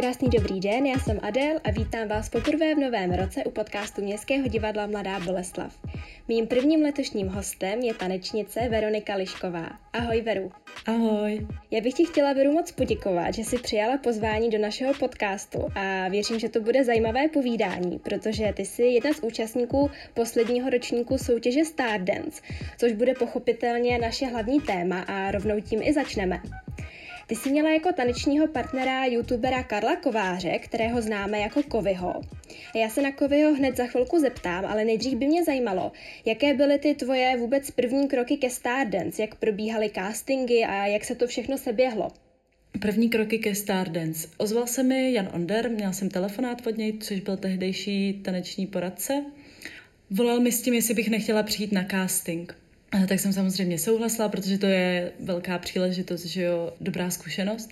Krásný dobrý den, já jsem Adel a vítám vás poprvé v novém roce u podcastu Městského divadla Mladá Boleslav. Mým prvním letošním hostem je tanečnice Veronika Lišková. Ahoj Veru. Ahoj. Já bych ti chtěla, Veru, moc poděkovat, že jsi přijala pozvání do našeho podcastu a věřím, že to bude zajímavé povídání, protože ty jsi jedna z účastníků posledního ročníku soutěže Stardance, což bude pochopitelně naše hlavní téma a rovnou tím i začneme. Ty jsi měla jako tanečního partnera youtubera Karla Kováře, kterého známe jako Kovyho. Já se na Kovyho hned za chvilku zeptám, ale nejdřív by mě zajímalo, jaké byly ty tvoje vůbec první kroky ke Stardance, jak probíhaly castingy a jak se to všechno seběhlo. První kroky ke Stardance. Ozval se mi Jan Onder, měla jsem telefonát od něj, což byl tehdejší taneční poradce. Volal mi s tím, jestli bych nechtěla přijít na casting. Tak jsem samozřejmě souhlasila, protože to je velká příležitost, že jo, dobrá zkušenost.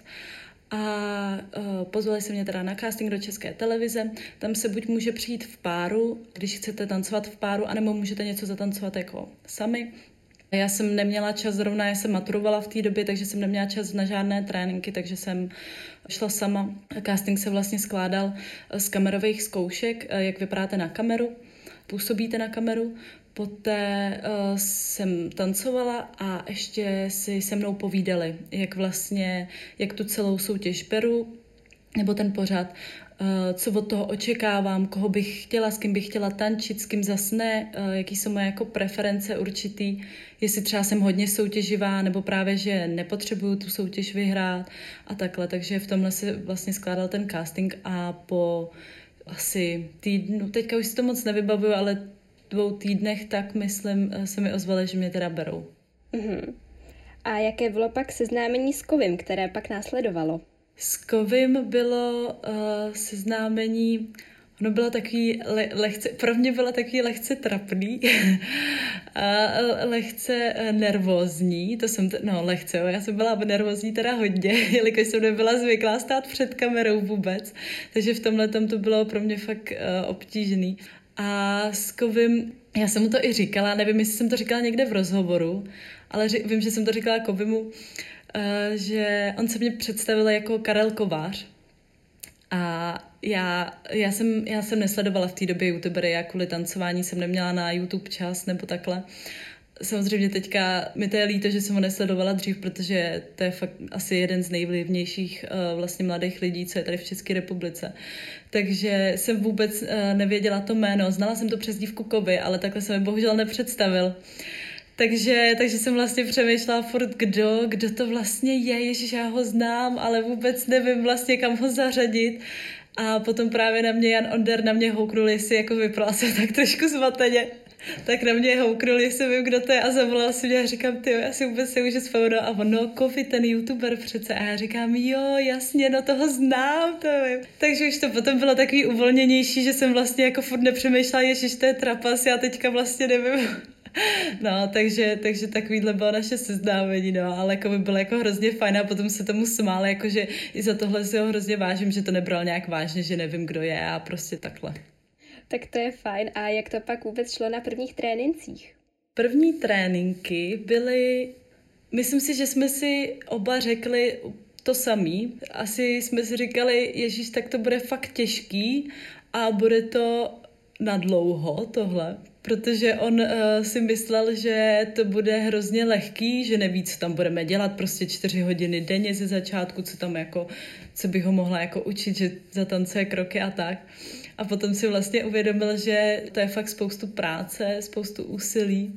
A pozvali se mě teda na casting do České televize. Tam se buď může přijít v páru, když chcete tancovat v páru, anebo můžete něco zatancovat jako sami. Já jsem neměla čas zrovna, já jsem maturovala v té době, takže jsem neměla čas na žádné tréninky, takže jsem šla sama. Casting se vlastně skládal z kamerových zkoušek, jak vypadáte na kameru, působíte na kameru. Poté jsem tancovala a ještě si se mnou povídali, jak tu celou soutěž beru, nebo ten pořad, co od toho očekávám, koho bych chtěla, s kým bych chtěla tančit, s kým zas ne, jaký jsou moje jako preference určitý, jestli třeba jsem hodně soutěživá, nebo právě, že nepotřebuju tu soutěž vyhrát a takhle. Takže v tomhle se vlastně skládal ten casting a po asi týdnu, teďka už si to moc nevybavuju, ale 2 týdnech, tak myslím, se mi ozvali, že mě teda berou. Uh-huh. A jaké bylo pak seznámení s Kovym, které pak následovalo? S Kovym bylo seznámení, ono bylo takový lehce, pro mě bylo takový lehce trapný a lehce nervózní, já jsem byla nervózní teda hodně, jelikož jsem nebyla zvyklá stát před kamerou vůbec, takže v tomhletom to bylo pro mě fakt obtížný. A s Kovym, já jsem mu to i říkala, nevím, jestli jsem to říkala někde v rozhovoru, ale vím, že jsem to říkala Kovymu, že on se mě představil jako Karel Kovář. A já jsem nesledovala v té době youtubery, já kvůli tancování jsem neměla na YouTube čas nebo takhle. Samozřejmě teďka mi to je líto, že jsem ho nesledovala dřív, protože to je fakt asi jeden z nejvlivnějších vlastně mladých lidí, co je tady v České republice. Takže jsem vůbec nevěděla to jméno. Znala jsem to přezdívku Kovy, ale takhle jsem mi bohužel nepředstavil. Takže jsem vlastně přemýšlela furt, kdo to vlastně je, ježiš, já ho znám, ale vůbec nevím vlastně, kam ho zařadit. A potom právě na mě Jan Onder na mě houknul, jestli jako vypadala jsem tak trošku zmateně. Tak na mě houknul, jestli vím, kdo to je, a zavolal si mě a říkám, tyjo, já si vůbec nemůžu vzpomenout. A ono, Kovy, ten youtuber přece. A já říkám, jo, jasně, no toho znám, to vím. Takže už to potom bylo takový uvolněnější, že jsem vlastně jako furt nepřemýšlela, ježiš, to je trapas, já teďka vlastně nevím. No, takže takovýhle bylo naše seznámení, no, ale Kovy bylo jako hrozně fajn a potom se tomu smál, jakože i za tohle si ho hrozně vážím, že to nebral nějak vážně, že nevím, kdo je a prostě takhle. Tak to je fajn. A jak to pak vůbec šlo na prvních trénincích? První tréninky byly, myslím si, že jsme si oba řekli to samý. Asi jsme si říkali, ježíš, tak to bude fakt těžký a bude to na dlouho tohle. Protože on si myslel, že to bude hrozně lehký, že neví, co tam budeme dělat, prostě 4 hodiny denně ze začátku, co bych ho mohla jako učit, že zatancuje kroky a tak. A potom si vlastně uvědomil, že to je fakt spoustu práce, spoustu úsilí.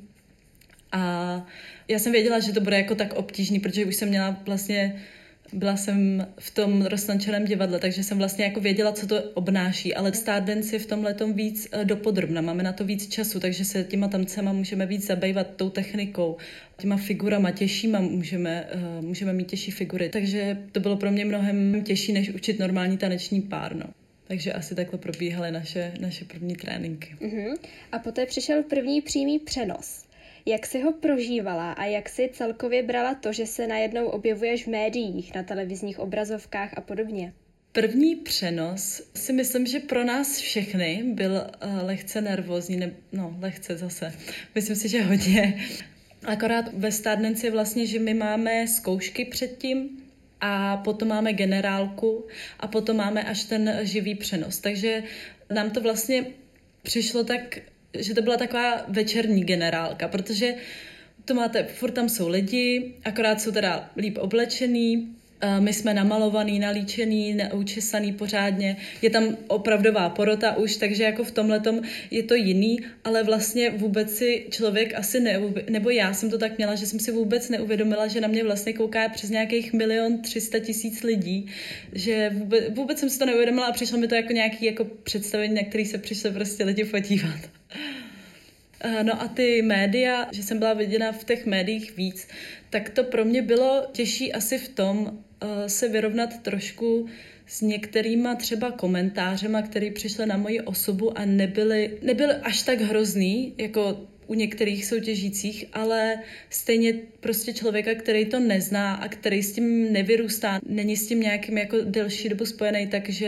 A já jsem věděla, že to bude jako tak obtížný, protože už jsem měla byla jsem v tom roztančeném divadle, takže jsem vlastně jako věděla, co to obnáší, ale Stardance je v tomhletom víc dopodrobna, máme na to víc času, takže se těma tancema můžeme víc zabývat tou technikou, těma figurama těžšíma můžeme mít těžší figury, takže to bylo pro mě mnohem těžší, než učit normální taneční pár, no. Takže asi takhle probíhaly naše první tréninky. Uh-huh. A poté přišel první přímý přenos. Jak jsi ho prožívala a jak jsi celkově brala to, že se najednou objevuješ v médiích, na televizních obrazovkách a podobně? První přenos si myslím, že pro nás všechny byl lehce nervózní, lehce zase. Myslím si, že hodně. Akorát ve Stardance je vlastně, že my máme zkoušky předtím, a potom máme generálku a potom máme až ten živý přenos. Takže nám to vlastně přišlo tak, že to byla taková večerní generálka, protože to máte, furt tam jsou lidi, akorát jsou teda líp oblečený, my jsme namalovaný, nalíčený, neučesaný pořádně, je tam opravdová porota už, takže jako v tomhletom je to jiný, ale vlastně vůbec si člověk asi nebo já jsem to tak měla, že jsem si vůbec neuvědomila, že na mě vlastně kouká přes nějakých 1 300 000 lidí, že vůbec jsem si to neuvědomila a přišlo mi to jako nějaký jako představení, na který se přišli prostě lidi podívat. No a ty média, že jsem byla viděna v těch médiích víc, tak to pro mě bylo těžší asi v tom se vyrovnat trošku s některýma třeba komentářema, které přišly na moji osobu a nebyly až tak hrozný, jako u některých soutěžících, ale stejně prostě člověka, který to nezná a který s tím nevyrůstá, není s tím nějakým jako delší dobu spojený,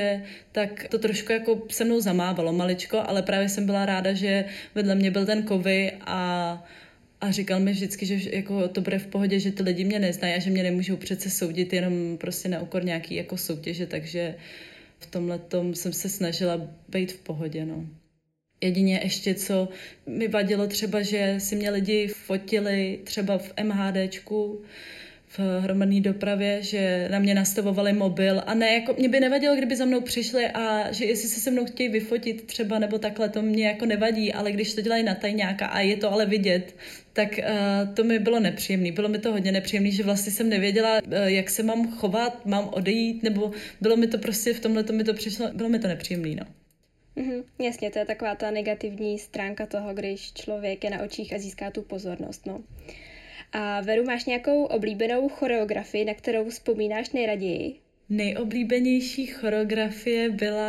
tak to trošku jako se mnou zamávalo maličko, ale právě jsem byla ráda, že vedle mě byl ten Kovy a říkal mi vždycky, že jako to bude v pohodě, že ty lidi mě neznají a že mě nemůžou přece soudit jenom prostě na úkor nějaký jako soutěže, takže v tomhletom jsem se snažila být v pohodě, no. Jedině ještě, co mi vadilo třeba, že si mě lidi fotili třeba v MHDčku, v hromadné dopravě, že na mě nastavovali mobil a ne, jako mě by nevadilo, kdyby za mnou přišli a že jestli se mnou chtějí vyfotit třeba nebo takhle, to mě jako nevadí, ale když to dělají na tajňáka a je to ale vidět, tak to mi bylo nepříjemné. Bylo mi to hodně nepříjemné, že vlastně jsem nevěděla, jak se mám chovat, mám odejít, nebo bylo mi to prostě v tomhle mi to přišlo, bylo mi to nepříjemné, no. Jasně, to je taková ta negativní stránka toho, když člověk je na očích a získá tu pozornost, no. A Veru, máš nějakou oblíbenou choreografii, na kterou vzpomínáš nejraději? Nejoblíbenější choreografie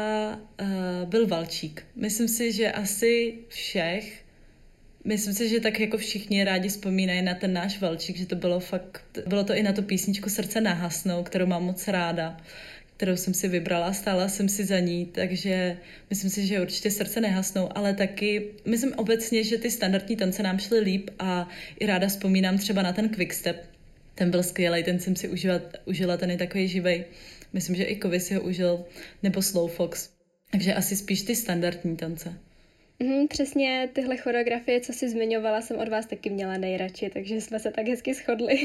byl valčík. Myslím si, že asi všech. Myslím si, že tak jako všichni rádi vzpomínají na ten náš valčík, že to bylo fakt, bylo to i na tu písničku Srdce nahasnou, kterou mám moc ráda, kterou jsem si vybrala, stála jsem si za ní, takže myslím si, že určitě Srdce nehasnou, ale taky myslím obecně, že ty standardní tance nám šly líp a i ráda vzpomínám třeba na ten quickstep. Ten byl skvělej, ten jsem si užila, ten je takový živej. Myslím, že i Kovy si ho užil, nebo Slow Fox. Takže asi spíš ty standardní tance. Přesně tyhle choreografie, co jsi zmiňovala, jsem od vás taky měla nejradši, takže jsme se tak hezky shodli.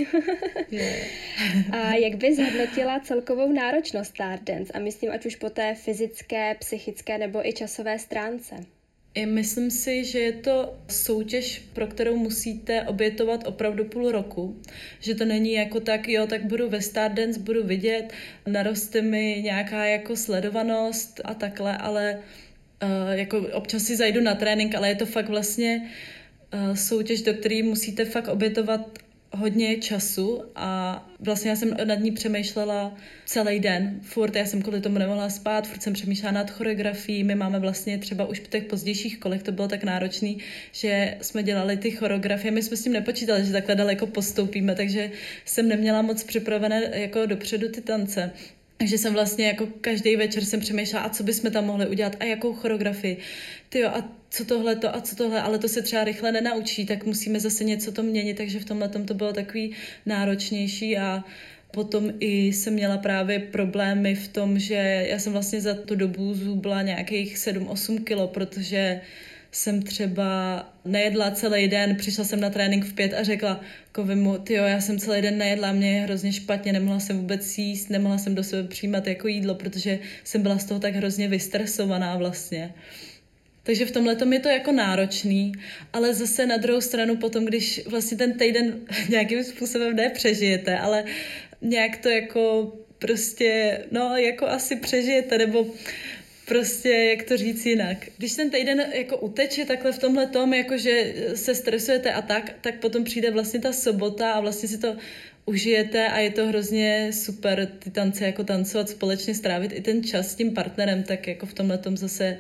A jak bys zhodnotila celkovou náročnost Stardance? A myslím, ať už po té fyzické, psychické nebo i časové stránce. Myslím si, že je to soutěž, pro kterou musíte obětovat opravdu půl roku. Že to není jako tak, jo, tak budu ve Stardance, budu vidět, naroste mi nějaká jako sledovanost a takhle, ale jako občas si zajdu na trénink, ale je to fakt vlastně soutěž, do které musíte fakt obětovat hodně času a vlastně já jsem nad ní přemýšlela celý den. Furt já jsem kvůli tomu nemohla spát, furt jsem přemýšlela nad choreografií. My máme vlastně třeba už v těch pozdějších kolech, to bylo tak náročný, že jsme dělali ty choreografie. My jsme s tím nepočítali, že takhle daleko postoupíme, takže jsem neměla moc připravené jako dopředu ty tance. Takže jsem vlastně jako každý večer jsem přemýšlela, a co bychom tam mohli udělat a jakou choreografii. Tyjo, a co tohle, ale to se třeba rychle nenaučí, tak musíme zase něco to měnit, takže v tomhletom to bylo takový náročnější a potom i jsem měla právě problémy v tom, že já jsem vlastně za tu dobu zhubla nějakých 7-8 kilo, protože jsem třeba nejedla celý den, přišla jsem na trénink v 5 a řekla Kovimu, tyjo, já jsem celý den nejedla, mě je hrozně špatně, nemohla jsem vůbec jíst, nemohla jsem do sebe přijímat jako jídlo, protože jsem byla z toho tak hrozně vystresovaná vlastně. Takže v tomhletom je to jako náročný, ale zase na druhou stranu potom, když vlastně ten týden nějakým způsobem nepřežijete, ale nějak to jako prostě, no jako asi přežijete, nebo prostě, jak to říct jinak. Když ten týden jako uteče takhle v tomhle tom, jakože se stresujete a tak potom přijde vlastně ta sobota a vlastně si to užijete a je to hrozně super ty tance jako tancovat společně, strávit i ten čas s tím partnerem, tak jako v tomhle tom zase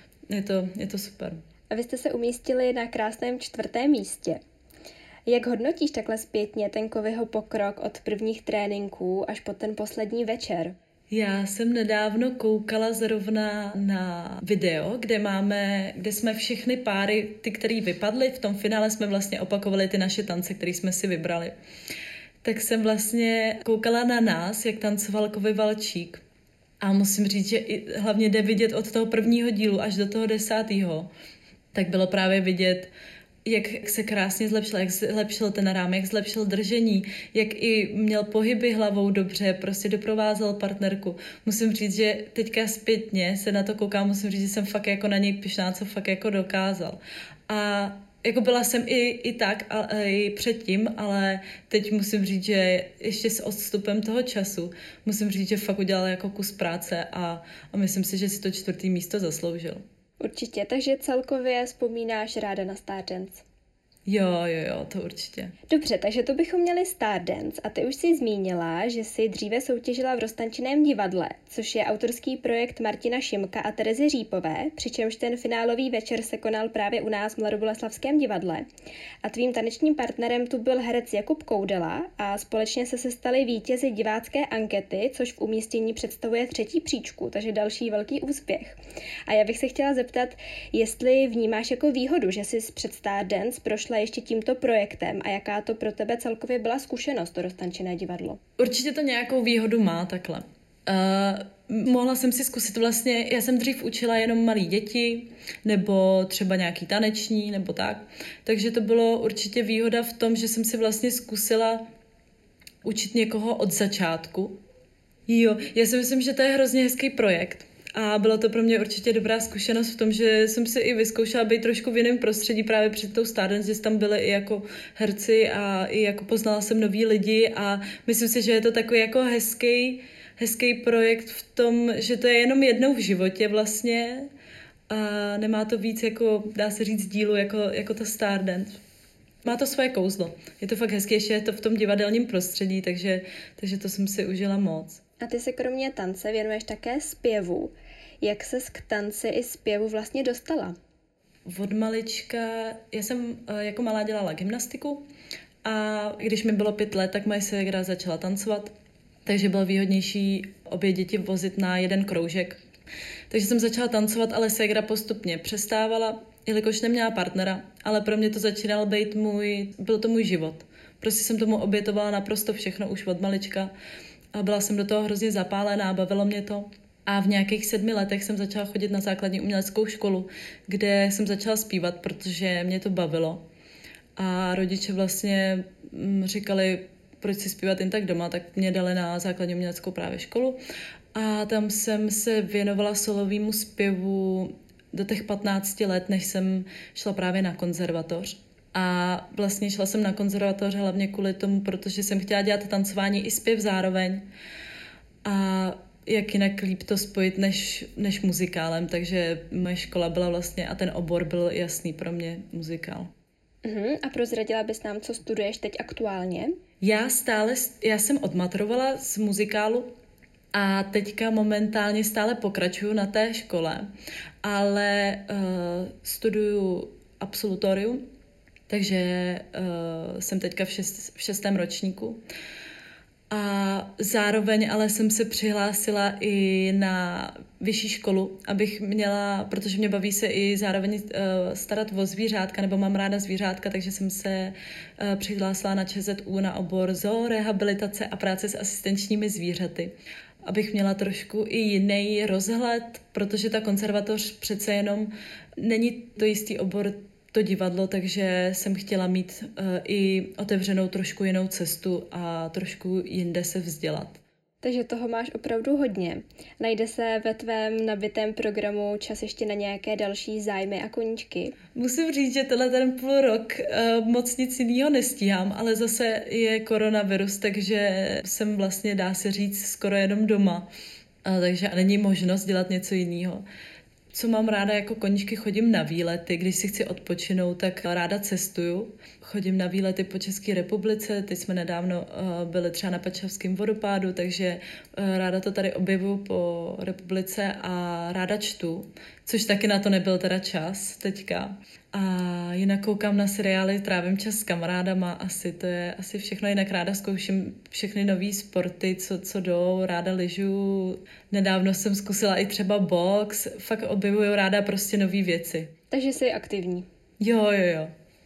je to super. A vy jste se umístili na krásném 4. místě. Jak hodnotíš takhle zpětně ten Kovyho pokrok od prvních tréninků až po ten poslední večer? Já jsem nedávno koukala zrovna na video, kde jsme všechny páry, ty, které vypadly, v tom finále jsme vlastně opakovali ty naše tance, které jsme si vybrali. tak jsem vlastně koukala na nás, jak tancoval Kovy Valčík. A musím říct, že hlavně jde vidět od toho prvního dílu až do toho 10. Tak bylo právě vidět, jak se krásně zlepšil, jak zlepšil ten rám, jak zlepšil držení, jak i měl pohyby hlavou dobře, prostě doprovázel partnerku. Musím říct, že teďka zpětně se na to koukám, musím říct, že jsem fakt jako na něj pyšná, co fakt jako dokázal. A jako byla jsem i tak, i předtím, ale teď musím říct, že ještě s odstupem toho času musím říct, že fakt udělal jako kus práce a myslím si, že si to 4. místo zasloužil. Určitě, takže celkově vzpomínáš ráda na Stardance. Jo, to určitě. Dobře, takže to bychom měli Stardance a ty už jsi zmínila, že jsi dříve soutěžila v Roztančiném divadle, což je autorský projekt Martina Šimka a Terezy Řípové, přičemž ten finálový večer se konal právě u nás v Mladoboleslavském divadle. A tvým tanečním partnerem tu byl herec Jakub Koudela a společně se stali vítězi divácké ankety, což v umístění představuje 3. příčku, takže další velký úspěch. A já bych se chtěla zeptat, jestli vnímáš jako výhodu, že jsi před Stardance prošla ještě tímto projektem a jaká to pro tebe celkově byla zkušenost, to Roztančené divadlo? Určitě to nějakou výhodu má takhle. Mohla jsem si zkusit vlastně, já jsem dřív učila jenom malí děti, nebo třeba nějaký taneční, nebo tak. Takže to bylo určitě výhoda v tom, že jsem si vlastně zkusila učit někoho od začátku. Jo, já si myslím, že to je hrozně hezký projekt. A byla to pro mě určitě dobrá zkušenost v tom, že jsem si i vyzkoušela být trošku v jiném prostředí právě před tou Stardance, že tam byly i jako herci a i jako poznala jsem nový lidi a myslím si, že je to takový jako hezký projekt v tom, že to je jenom jednou v životě vlastně a nemá to víc jako, dá se říct, dílu jako ta Stardance. Má to svoje kouzlo. Je to fakt hezké, ještě je to v tom divadelním prostředí, takže to jsem si užila moc. A ty se kromě tance věnuješ také zpěvu. Jak ses k tanci i zpěvu vlastně dostala? Od malička, já jsem jako malá dělala gymnastiku a když mi bylo 5 let, tak moje ségra začala tancovat, takže bylo výhodnější obě děti vozit na jeden kroužek. Takže jsem začala tancovat, ale ségra postupně přestávala, jelikož neměla partnera, ale pro mě to začínal být byl to můj život. Prostě jsem tomu obětovala naprosto všechno už od malička. A byla jsem do toho hrozně zapálená, bavilo mě to. A v nějakých 7 letech jsem začala chodit na základní uměleckou školu, kde jsem začala zpívat, protože mě to bavilo. A rodiče vlastně říkali, proč si zpívat jen tak doma, tak mě dali na základní uměleckou právě školu. A tam jsem se věnovala solovému zpěvu do těch 15 let, než jsem šla právě na konzervatoř. A vlastně šla jsem na konzervatoř hlavně kvůli tomu, protože jsem chtěla dělat tancování i zpěv zároveň. A jak jinak líp to spojit než muzikálem, takže moje škola byla vlastně a ten obor byl jasný pro mě muzikál. A prozradila bys nám, co studuješ teď aktuálně? Já jsem odmaturovala z muzikálu a teďka momentálně stále pokračuju na té škole, ale studuju absolutorium, takže jsem teďka v 6. ročníku. A zároveň ale jsem se přihlásila i na vyšší školu, abych měla, protože mě baví se i zároveň starat o zvířátka, nebo mám ráda zvířátka, takže jsem se přihlásila na ČZU na obor zoorehabilitace a práce s asistenčními zvířaty. Abych měla trošku i jiný rozhled, protože ta konzervatoř přece jenom není to jistý obor, to divadlo, takže jsem chtěla mít i otevřenou trošku jinou cestu a trošku jinde se vzdělat. Takže toho máš opravdu hodně. Najde se ve tvém nabitém programu čas ještě na nějaké další zájmy a koníčky? Musím říct, že ten půl rok moc nic jiného nestíhám, ale zase je koronavirus, takže jsem vlastně, dá se říct, skoro jenom doma. Takže není možnost dělat něco jiného. Co mám ráda jako koníčky, chodím na výlety, když si chci odpočinout, tak ráda cestuju. Chodím na výlety po České republice, teď jsme nedávno byli třeba na Pačavském vodopádu, takže ráda to tady objevuju po republice a ráda čtu, což taky na to nebyl teda čas teďka. A jinak koukám na seriály, trávím čas s kamarádama, to je asi všechno. Jinak ráda zkouším všechny nový sporty, co jdou, ráda lyžuju. Nedávno jsem zkusila i třeba box, fakt objevuju ráda prostě nový věci. Takže jsi aktivní. Jo.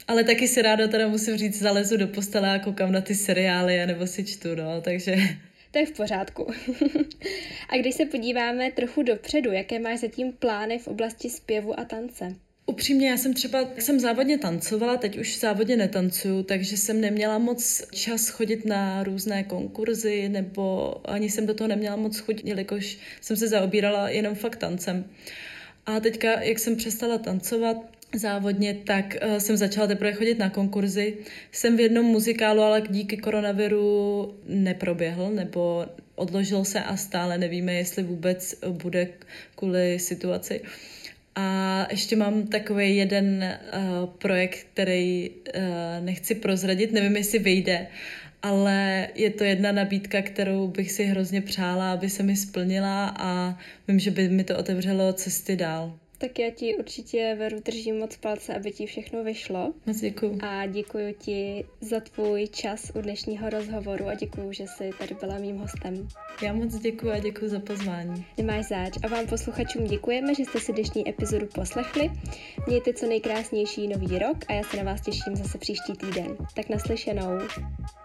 Ale taky si ráda teda musím říct, zalezu do postele a koukám na ty seriály nebo si čtu, no, takže... To je v pořádku. A když se podíváme trochu dopředu, jaké máš zatím plány v oblasti zpěvu a tance? Upřímně, já jsem závodně tancovala, teď už závodně netancuju, takže jsem neměla moc čas chodit na různé konkurzy, nebo ani jsem do toho neměla moc chuť, jelikož jsem se zaobírala jenom fakt tancem. A teďka, jak jsem přestala tancovat závodně, tak jsem začala teprve chodit na konkurzy. Jsem v jednom muzikálu, ale díky koronaviru neproběhl, nebo odložil se a stále nevíme, jestli vůbec bude kvůli situaci. A ještě mám takový jeden projekt, který nechci prozradit, nevím, jestli vyjde, ale je to jedna nabídka, kterou bych si hrozně přála, aby se mi splnila a vím, že by mi to otevřelo cesty dál. Tak já ti určitě držím moc palce, aby ti všechno vyšlo. Moc děkuju. A děkuji ti za tvůj čas u dnešního rozhovoru a děkuji, že jsi tady byla mým hostem. Já moc děkuji a děkuji za pozvání. Nemáš zač a vám posluchačům děkujeme, že jste si dnešní epizodu poslechli. Mějte co nejkrásnější nový rok a já se na vás těším zase příští týden. Tak naslyšenou.